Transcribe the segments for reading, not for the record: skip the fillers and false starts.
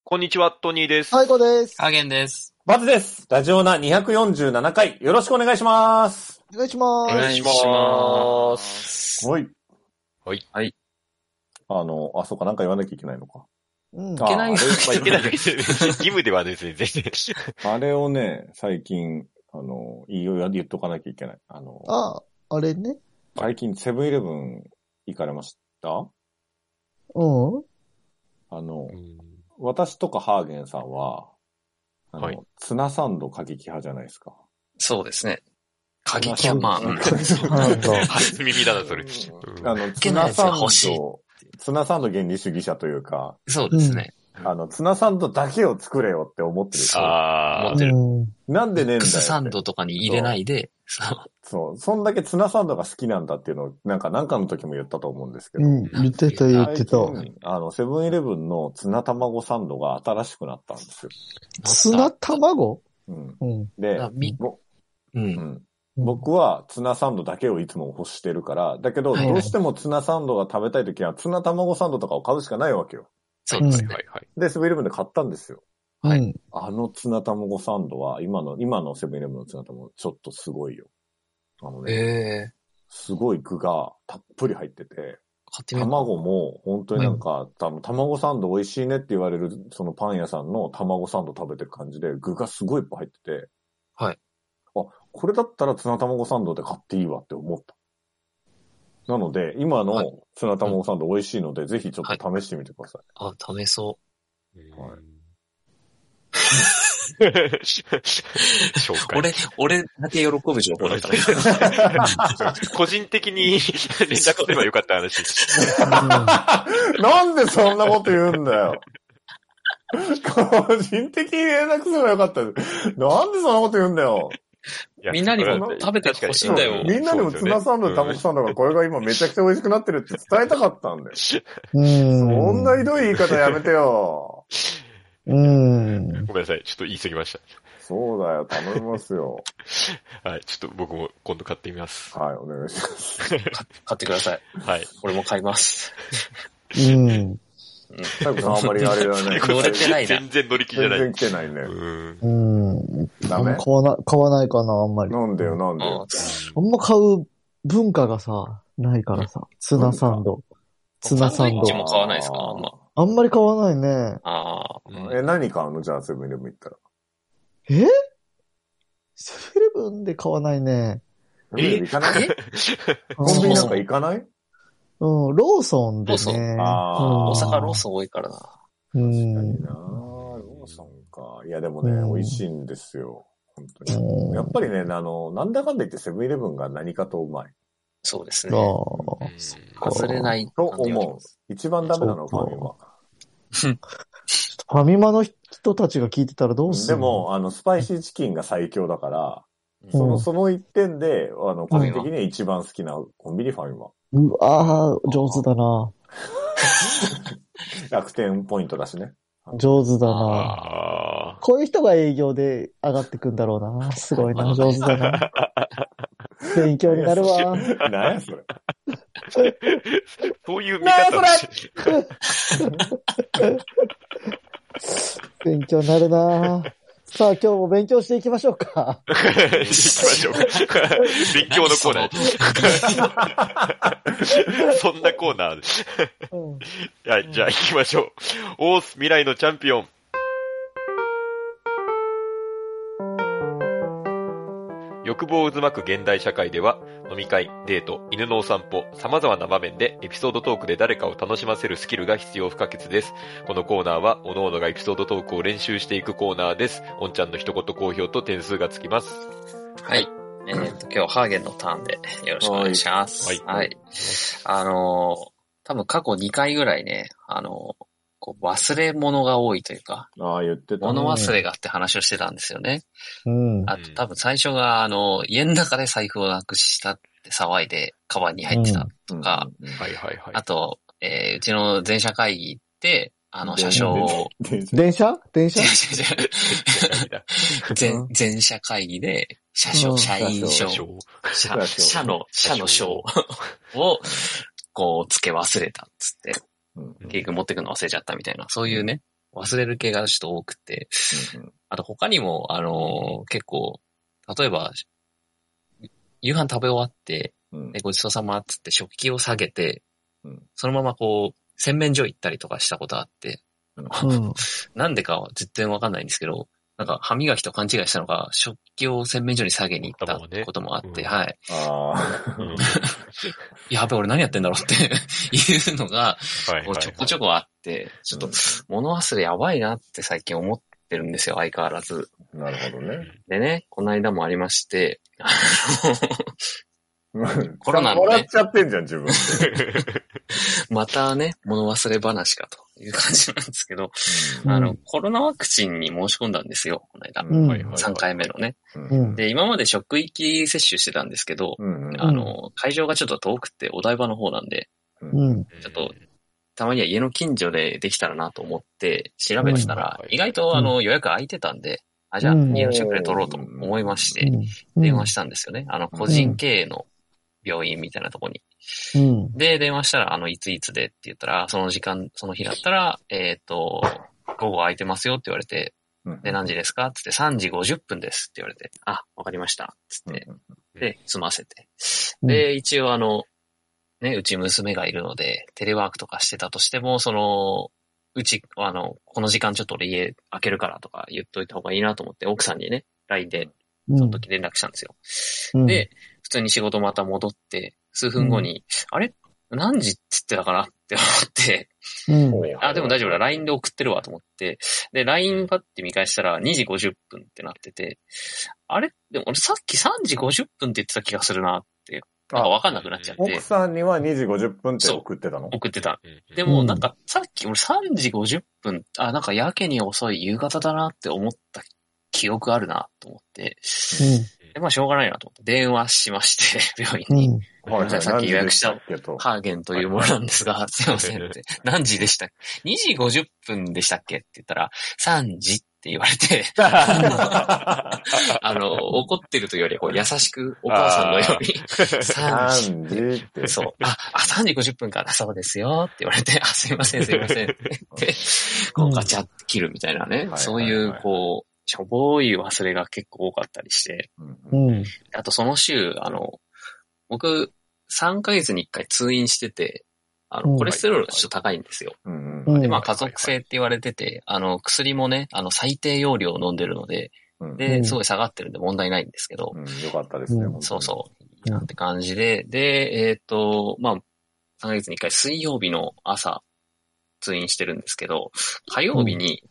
こんにちは、トニーです。 最高です。 ハーゲンです。 バツです。ラジオナ247回、よろしくお願いします。 お願いします。 お願いします。 はい。 はい。 はい。 そうか、なんか言わなきゃいけないのか。 うん。 いけないいけない義務ではですね、全然。 あれをね、最近、言っとかなきゃいけない。 あれね。 最近セブンイレブン行かれました？ うん。 私とかハーゲンさんは、 はいツナサンド過激派じゃないですか。 そうですね。過激はまあ、 初耳だな、それ。 ツナサンド原理主義者というか、 そうですね。 ツナサンドだけを作れよって思ってる。 思ってる。 なんでねえんだよ。 ミックスサンドとかに入れないで、 そう。そんだけツナサンドが好きなんだっていうのを、なんかの時も言ったと思うんですけど。 言ってた。 セブンイレブンのツナ卵サンドが新しくなったんですよ。 ツナ卵？ で、僕はツナサンドだけをいつも欲してるから、だけど、どうしてもツナサンドが食べたい時は、ツナ卵サンドとかを買うしかないわけよ。 そうですね。 で、セブンイレブンで買ったんですよ。 はい。 ツナ卵サンドは、今のセブンイレブンのツナ卵、ちょっとすごいよ。すごい具がたっぷり入ってて、卵も本当になんか、卵サンド美味しいねって言われる、そのパン屋さんの卵サンド食べてる感じで、具がすごいいっぱい入ってて、 はい。 これだったらツナ卵サンドで買っていいわって思った。なので、今のツナ卵サンド美味しいので、ぜひちょっと試してみてください。 試そう。 はい。 俺だけ喜ぶ情報だった。 個人的に連絡すればよかった話。 なんでそんなこと言うんだよ。個人的に連絡すればよかった。なんでそんなこと言うんだよ。 みんなにも食べてほしいんだよ。 みんなにもツナサンドで卵サンドがこれが今めちゃくちゃ美味しくなってるって伝えたかったんだよ。そんなひどい言い方やめてよ。 ごめんなさい。ちょっと言い過ぎました。 そうだよ。頼みますよ。 はい。ちょっと僕も今度買ってみます。 はい。お願いします。 買ってください。 はい。 俺も買います。 最後さんあんまりあれだね。 乗れてないな。 全然乗り気じゃない。 全然来てないね。ダメ？ 買わないかな、あんまり。 なんでよ。 あんま買う文化がさ、ないからさ。ツナサンド。 サンドイッチも買わないですか？ あんまり買わないね。 何買うの？じゃあセブンイレブン行ったら。 セブンイレブンで買わないね。 行かない？コンビニなんか行かない？ ローソンでね。 大阪ローソン多いからな。 確かにな。ローソンか。いやでもね、美味しいんですよ。本当に。やっぱりね、なんだかんだ言ってセブンイレブンが何かとうまい。 そうですね。外れない。 と思う。一番ダメなのはファミマ。 ファミマの人たちが聞いてたらどうするの？ でも、スパイシーチキンが最強だから、その一点で、個人的に一番好きなコンビニファミマ。 上手だな。 楽天ポイントだしね。 上手だな。こういう人が営業で上がってくんだろうな。すごいな、上手だな。勉強になるわ。 何やそれ。 そういう見方何勉強になるな。さあ、今日も勉強していきましょうか。 行きましょう。勉強のコーナー。そんなコーナーです。はい、じゃあ行きましょう。オース未来のチャンピオン。欲望渦巻く現代社会では、飲み会、デート、犬のお散歩、様々な場面でエピソードトークで誰かを楽しませるスキルが必要不可欠です。このコーナーは、各々がエピソードトークを練習していくコーナーです。おんちゃんの一言好評と点数がつきます。 はい。今日ハーゲンのターンでよろしくお願いします。はい。多分過去2回ぐらいね、忘れ物が多いというか、 言ってた。 物忘れがあって話をしてたんですよね。あと多分最初が、家の中で財布をなくしたって騒いで、カバンに入ってたとか、あと、うちの全社会議で、車掌を。 電車全社会議で、社員証、社の証を、こう、付け忘れたっつって、結局持ってくの忘れちゃったみたいな、そういうね、 忘れる系がちょっと多くて、あと他にも、結構、例えば、夕飯食べ終わって、ごちそうさまっつって食器を下げて、そのままこう、洗面所行ったりとかしたことあって、なんでかは絶対わかんないんですけど、なんか歯磨きと勘違いしたのが、食器を洗面所に下げに行ったこともあって、はい。やべ、俺何やってんだろうっていうのが、ちょこちょこあって、ちょっと物忘れやばいなって最近思ってるんですよ、相変わらず。 なるほどね。 でね、この間もありまして、コロナのね。 もらっちゃってんじゃん、自分。 またね、物忘れ話かという感じなんですけど、コロナワクチンに申し込んだんですよ、この間。3回目のね。で、今まで職域接種してたんですけど、会場がちょっと遠くてお台場の方なんで、ちょっと、たまには家の近所でできたらなと思って調べてたら、意外と予約空いてたんで、じゃあ家の近くで取ろうと思いまして、電話したんですよね。個人経営の病院みたいなとこに。で、電話したら、いついつでって言ったら、その時間、その日だったら、午後空いてますよって言われて、で、何時ですかって言って、3時50分ですって言われて、あ、わかりました。つって、で、済ませて。で、一応ね、うち娘がいるので、テレワークとかしてたとしても、うち、この時間ちょっと俺家開けるからとか言っといた方がいいなと思って、奥さんにね、LINE で、その時連絡したんですよ。で、普通に仕事また戻って、数分後に、あれ何時っつってたかなって思って、あ、でも大丈夫だ。LINE で送ってるわと思って、で、LINE パッて見返したら2時50分ってなってて、あれでも俺さっき3時50分って言ってた気がするなって、わかんなくなっちゃって。 奥さんには2時50分って送ってたの？ 送ってた。でもなんかさっき俺3時50分、なんかやけに遅い夕方だなって思った記憶あるなと思って、で、まあしょうがないなと思って電話しまして、病院に。さっき予約したハーゲンというものなんですが、すいませんって。何時でしたっけ ?2 時50分でしたっけって言ったら、3時って言われて、怒ってるというよりこう優しくお母さんのように、 3時って。 そう。3時50分かな、そうですよって言われて、すいませんって言って、こうガチャって切るみたいなね。そういう、こう、しょぼい忘れが結構多かったりして、あとその週、僕、3ヶ月に1回通院してて、コレステロールがちょっと高いんですよ。で、まあ家族性って言われてて、薬もね、最低用量を飲んでるので、で、すごい下がってるんで問題ないんですけど。 よかったですね。 そうそう。なんて感じで、で、まあ、3ヶ月に1回水曜日の朝、通院してるんですけど、火曜日に、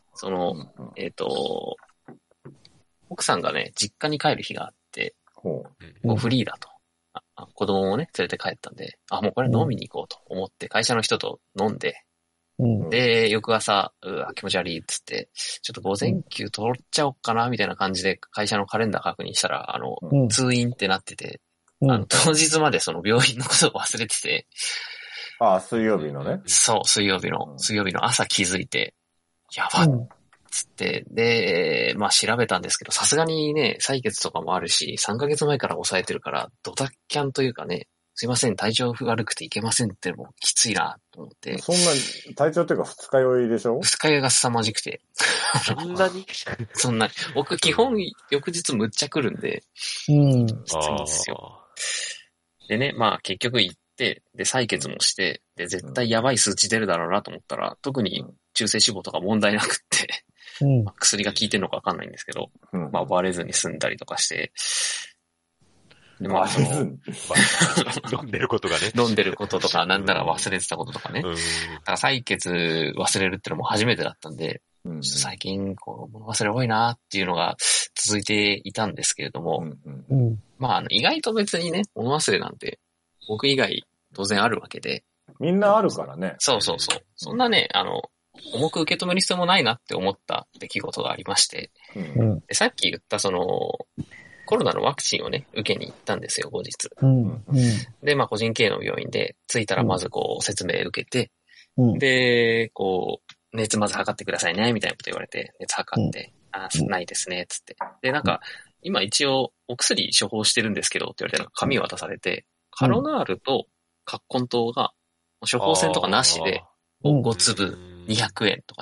奥さんがね、実家に帰る日があって、もうフリーだと。子供をね、連れて帰ったんで、もうこれ飲みに行こうと思って、会社の人と飲んで、で、翌朝、気持ち悪いっつって、ちょっと午前休取っちゃおうかな、みたいな感じで会社のカレンダー確認したら、通院ってなってて、当日までその病院のことを忘れてて、 水曜日のね。 そう、水曜日の朝気づいて、やばっつって、で、まあ調べたんですけど、さすがにね、採血とかもあるし、3ヶ月前から抑えてるから、ドタキャンというかね、すいません、体調悪くていけませんってのもきついなと思って。 そんな、体調というか二日酔いでしょ？ 二日酔いが凄まじくて。 そんなにそんな、僕基本翌日むっちゃ来るんで、きついんですよ。でね、まあ結局行って、で、採血もして、で、絶対やばい数値出るだろうなと思ったら、特に中性脂肪とか問題なくって、薬が効いてるのかわかんないんですけど、まあバレずに済んだりとかして、 で、まあ、飲んでることがね。 飲んでることとか、なんなら忘れてたこととかね。だから採血忘れるってのも初めてだったんで、ちょっと最近、物忘れ多いなっていうのが続いていたんですけれども、まあ、意外と別にね、物忘れなんて、僕以外当然あるわけで。 みんなあるからね。 そう。そんなね、重く受け止める必要もないなって思った出来事がありまして、でさっき言ったコロナのワクチンをね、受けに行ったんですよ、後日。で、まあ、個人経営の病院で、着いたらまず説明受けて、で、熱まず測ってくださいね、みたいなこと言われて、熱測って、ないですね、つって。で、なんか、今一応、お薬処方してるんですけど、って言われて、紙を渡されて、カロナールと葛根湯が、処方箋とかなしで、5粒200円とかで、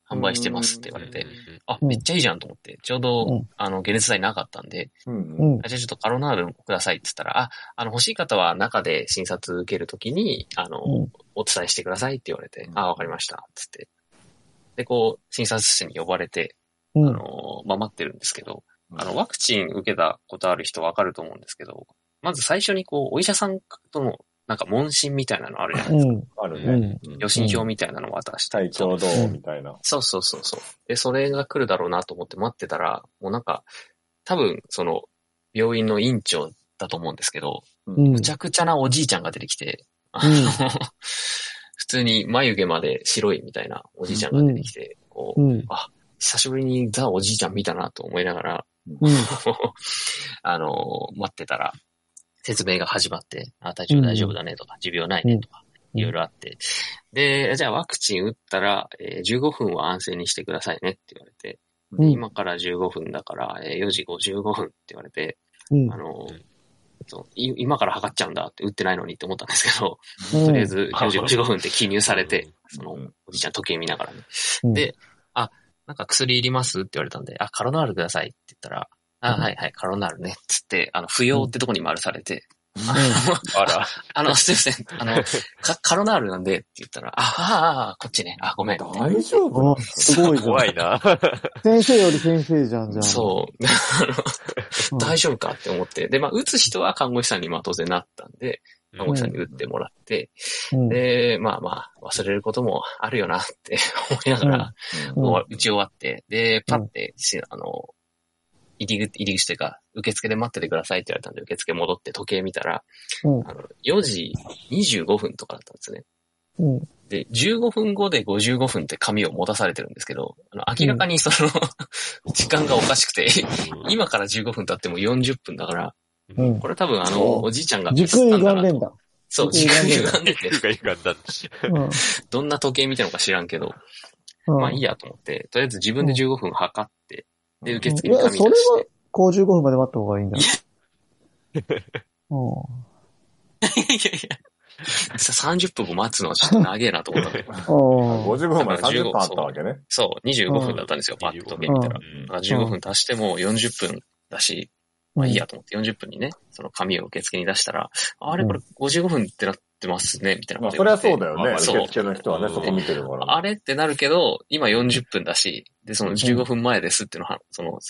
販売してますって言われて、あ、めっちゃいいじゃんと思って、ちょうど、解熱剤なかったんで、じゃあちょっとカロナールくださいって言ったら、欲しい方は中で診察受けるときに、お伝えしてくださいって言われて、わかりました、つって。で、こう、診察室に呼ばれて、待ってるんですけど、ワクチン受けたことある人わかると思うんですけど、まず最初にこう、お医者さんとの、なんか問診みたいなのあるじゃないですか。 あるね。 予診票みたいなのを渡して。 体調どうみたいな。 そう。で、それが来るだろうなと思って待ってたら、もうなんか、多分、病院の院長だと思うんですけど、むちゃくちゃなおじいちゃんが出てきて、普通に眉毛まで白いみたいなおじいちゃんが出てきて、こう、久しぶりにザおじいちゃん見たなと思いながら、待ってたら、説明が始まって、体調大丈夫だねとか、持病ないねとか、いろいろあって。で、じゃあワクチン打ったら、15分は安静にしてくださいねって言われて、今から15分だから、4時55分って言われて、今から測っちゃうんだって打ってないのにって思ったんですけど、とりあえず4時55分って記入されて、おじいちゃん時計見ながらね。で、なんか薬いりますって言われたんで、カロナールくださいって言ったら、はい、カロナールね。つって、不要ってとこに丸されて、 あら。 すいません。カロナールなんでって言ったら、こっちね。ごめん。 大丈夫？ すごい。 怖いな。 先生より先生じゃん。 そう。大丈夫かって思って。で、打つ人は看護師さんに当然なったんで、看護師さんに打ってもらって、で、忘れることもあるよなって思いながら、打ち終わって、で、パッて、入り口というか、受付で待っててくださいって言われたんで、受付戻って時計見たら、4時25分とかだったんですね。で、15分後で55分って紙を持たされてるんですけど、明らかに時間がおかしくて、今から15分経っても40分だから、これ多分おじいちゃんがミスったんだなと。歪んでんだ。 そう、時間歪んでて。 歪んだ。 どんな時計見てるのか知らんけど、いいやと思って、とりあえず自分で15分測って、で、受付に紙出して。 それは55分まで待った方がいいんだ。 30分も待つのはちょっと長えなと思ったんだけど。 55分まで30分あったわけね。 そう、25分だったんですよ、パッと時計見たら。15分足しても40分だし、いいやと思って40分にね、その紙を受付に出したら、あれこれ55分ってなってますね、みたいなことそれはそうだよね。受付の人はね、そこ見てるから。 あれってなるけど、今40分だし、で、その15分前ですっていうのは、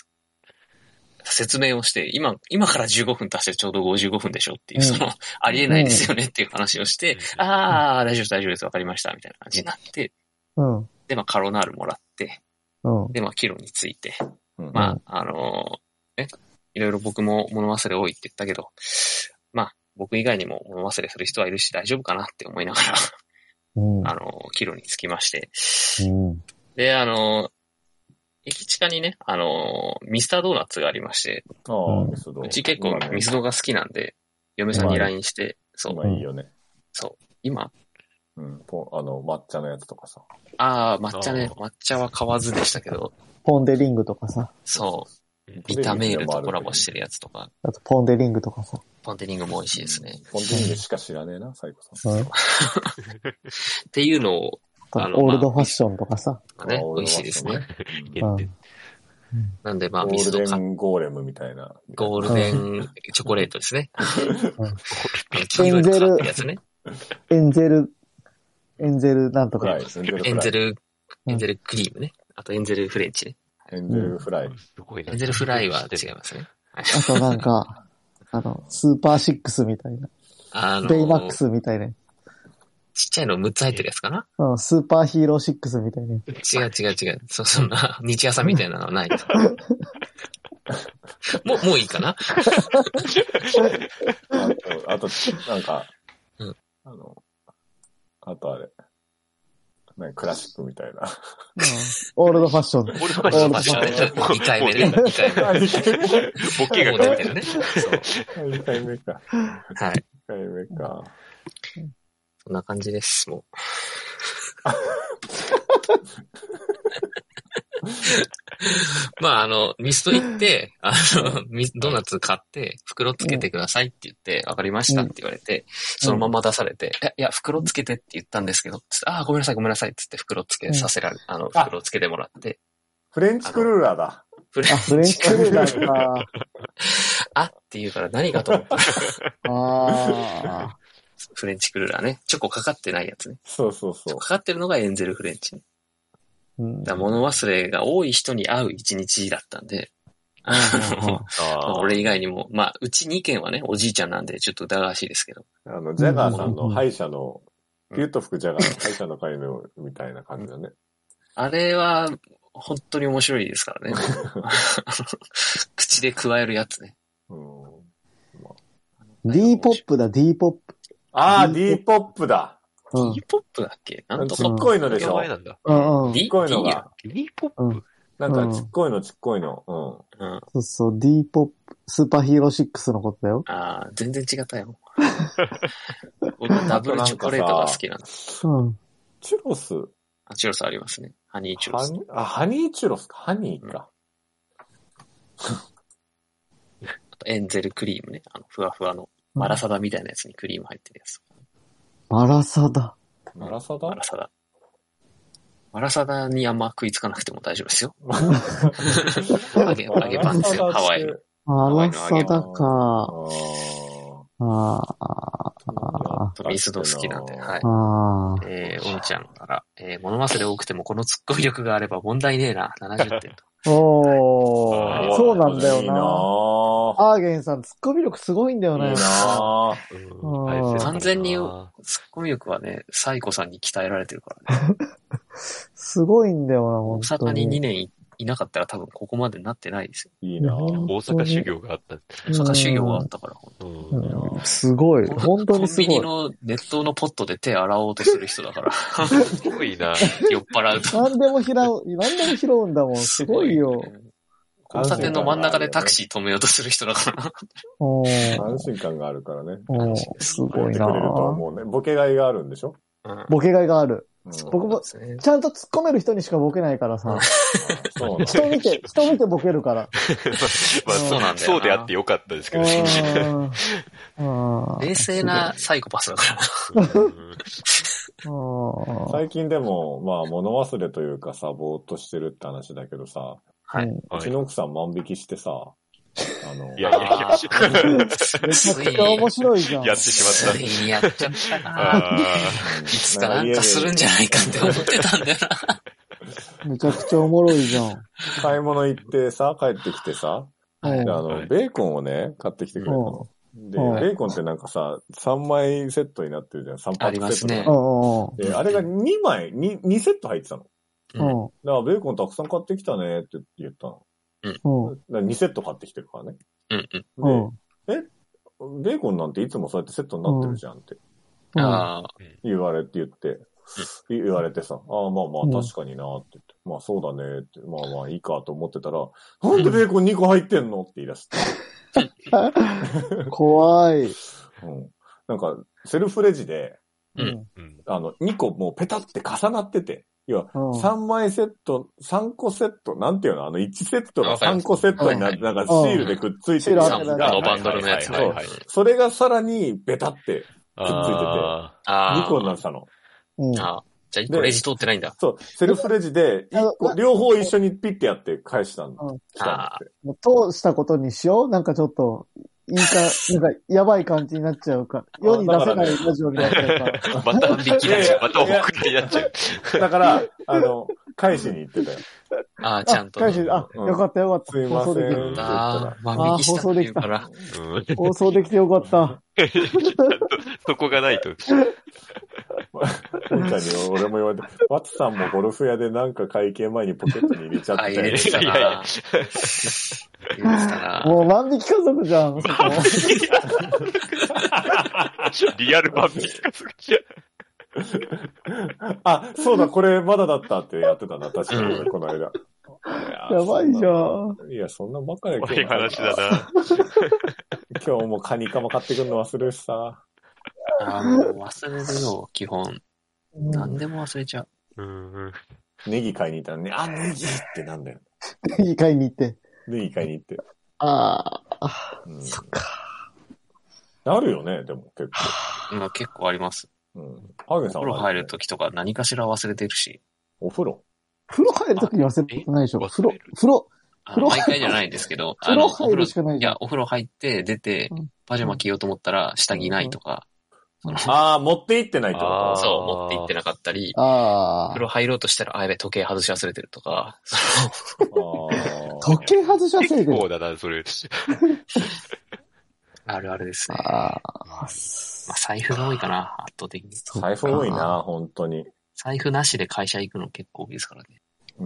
説明をして、今から15分足してちょうど55分でしょっていう、ありえないですよねっていう話をして、大丈夫です、わかりました、みたいな感じになって、で、カロナールもらって、で、キロについて、いろいろ僕も物忘れ多いって言ったけど、僕以外にも物忘れする人はいるし大丈夫かなって思いながら、キロにつきまして、で、駅地下にね、ミスタードーナツがありまして、うち結構ミスドが好きなんで、嫁さんに LINE して、そう。 いいよね。 そう。今抹茶のやつとかさ。 抹茶ね。抹茶は買わずでしたけど。 ポンデリングとかさ。 そう。ビタメールとコラボしてるやつとか。 あとポンデリングとかさ。 ポンデリングも美味しいですね。 ポンデリングしか知らねえな、サイコさん。 っていうのを、 オールドファッションとかさ。 ね、美味しいですね。なんでミスドゴールデンゴーレムみたいな。 ゴールデンチョコレートですね。 エンゼル、エンゼルなんとか。 エンゼルクリームね。あとエンゼルフレンチね。 エンゼルフライ。 エンゼルフライは違いますね。 あとなんか、スーパーシックスみたいな。ベイマックスみたいな。 ちっちゃいの6つ入ってるやつかな？ スーパーヒーロー6みたいな。 違う。そんな、日朝みたいなのはない。もういいかな？ あと、なんか、あとあれ。クラシックみたいな。 オールドファッション。 オールドファッションね。2回目ね。 ボケがもう出てるね。そう。 2回目か。 はい。 2回目か。 そんな感じです、もう。 まあ、ミスト行って、ドーナツ買って、袋つけてくださいって言って、わかりましたって言われて、そのまま出されて、いや、袋つけてって言ったんですけど、ごめんなさいごめんなさいって言って袋つけさせられ、袋つけてもらって。 フレンチクルーラーだ。 フレンチクルーラーか。 って言うから何かと思った。フレンチクルーラーね。チョコかかってないやつね。 そうそうそう。 かかってるのがエンゼルフレンチ、ね。物忘れが多い人に会う一日だったんで、俺以外にも、まあ、うち2軒はね、おじいちゃんなんでちょっと疑わしいですけど。 ジャガーさんの歯医者の、ピュート吹くジャガーの歯医者の会のみたいな感じだね。 あれは、本当に面白いですからね。口で加えるやつね。 D ポップだ、D ポップ。 D ポップだ。 D ポップだっけなんとちっこいのでしょ。 ちっこいのが。 D ポップなんかちっこいの。 そうそう、D ポップ、スーパーヒーロー6のことだよ。 全然違ったよ。ダブルチョコレートが好きなんだ。 チュロス。 チュロスありますね。ハニーチュロス。 ハニーチュロスか。ハニーか。 あとエンゼルクリームね。ふわふわの。マラサダみたいなやつにクリーム入ってるやつ。 マラサダにあんま食いつかなくても大丈夫ですよ。揚げパンですよ、ハワイの。 マラサダか。 ミスド好きなんで、はい。おんちゃんから、物忘れ多くてもこのツッコミ力があれば問題ねえな、70点と。 そうなんだよな。アーゲンさん、ツッコミ力すごいんだよね。 完全にツッコミ力はね、サイコさんに鍛えられてるからね。 すごいんだよな、 大阪に2年いなかったら多分ここまでなってないですよ。 いいな大阪修行があった。 大阪修行があったから、 すごい。本当にすごい。 コンビニの熱湯のポットで手洗おうとする人だから。 すごいな酔っ払うと。 何でも拾うんだもん。すごいよ。 交差点の真ん中でタクシー止めようとする人だから。 安心感があるからね。 すごいなボケがいがあるんでしょ？ ボケがいがある。僕も、ちゃんと突っ込める人にしかボケないからさ。人見てボケるから。 そうなんだよ。 そうであってよかったですけど。 冷静なサイコパスだから。 最近でも、まあ、物忘れというかさ、ぼーっとしてるって話だけどさ、うちの奥さん万引きしてさ、 いや。 めちゃくちゃ面白いじゃん。 やってしまった。 ついにやっちゃったな。いつかなんかするんじゃないかって思ってたんだよな。めちゃくちゃおもろいじゃん。 買い物行ってさ、帰ってきてさ、ベーコンをね、買ってきてくれたの。で、ベーコンってなんかさ、3枚セットになってるじゃん。3パックセット。 ありますね。で、あれが2枚、2セット入ってたの。だからベーコンたくさん買ってきたねって言ったの。2セット買ってきてるからね。で、ベーコンなんていつもそうやってセットになってるじゃんって。言われてさ、まあ確かになって言って、まあそうだねって、まあいいかと思ってたら、なんでベーコン2個入ってんのって言い出して。 怖い。 なんか、セルフレジで、2個もうペタって重なってて、要は、3枚セット、3個セット、なんていうの1セットが3個セットになって、なんかシールでくっついてるやつが、 バンドルのやつ。 それがさらにベタってくっついてて、2個になってたの。 じゃあ1個レジ通ってないんだ。 そう、セルフレジで、両方一緒にピッてやって返したんだ。 通したことにしようなんかちょっと、なんか、やばい感じになっちゃうか。世に出せないラジオになっちゃうから。 また引きになっちゃう。また送りになっちゃう。 だから、返しに行ってたよ。 ちゃんと。 返しに、よかったよかった。 すいません。 放送できた。 放送できてよかった。 そこがないと。 本ちゃんに俺も言われて、ワツさんもゴルフ屋でなんか会計前にポケットに入れちゃって。 入れてたな。 もう万引き家族じゃん。 リアル万引き家族じゃん。 そうだ、これまだだったってやってたな、確かに、この間。 やばいじゃん。 いや、そんなばっかり怖い話だな。 今日もカニカマ買ってくるの忘れるしさ。 もう忘れるよ、基本。何でも忘れちゃう。 ネギ買いに行ったらね、ネギってなんだよ。 電気買いに行って。 電気買いに行って。 ああ、そっか。 なるよね、でも結構。結構あります。 うん。ハゲさんは、ね、 お風呂入るときとか何かしら忘れてるし。 お風呂入るときに忘れてないでしょ。風呂毎回じゃないんですけど。 風呂入るしかないじゃん。 いや、お風呂入って出て、パジャマ着ようと思ったら下着ないとか。 ああ、持って行ってないってことそう、持って行ってなかったり。風呂入ろうとしたら、やべ、時計外し忘れてるとか。 時計外し忘れてる。 結構だな、それ。 あるあるですね。財布が多いかな、圧倒的に。 財布多いな、本当に。 財布なしで会社行くの結構多いですからね。 うん。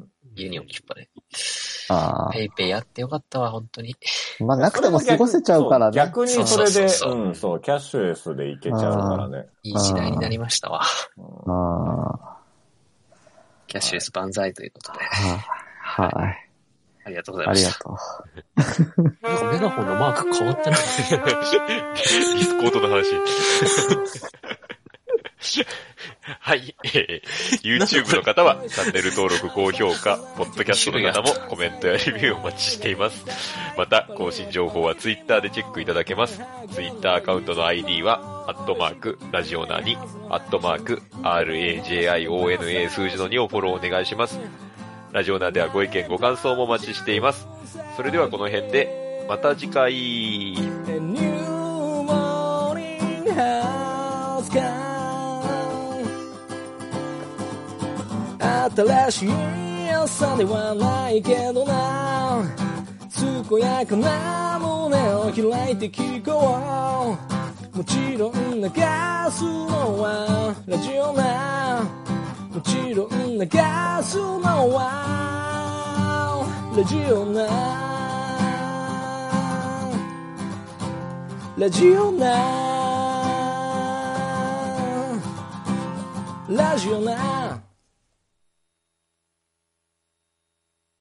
家に置きっぱで。ペイペイやってよかったわ、本当に。 まあ、なくても過ごせちゃうからね。 逆にそれで、そう、キャッシュレスでいけちゃうからね。 いい時代になりましたわ。キャッシュレス万歳ということで。 はい。 ありがとうございました。なんかメガホンのマーク変わってない。 ディスコードの話。はい。YouTube の方はチャンネル登録、高評価、ポッドキャストの方もコメントやレビューをお待ちしています。また、更新情報は Twitter でチェックいただけます。Twitter アカウントの ID は、ラジオナに、RAJIONA 数字の2をフォローお願いします。ラジオナではご意見ご感想もお待ちしています。それではこの辺で、また次回。 新しい朝ではないけどな、健やかな胸を開いて聞こう。もちろん流すのはラジオな、もちろん流すのはラジオな、ラジオな、ラジオな。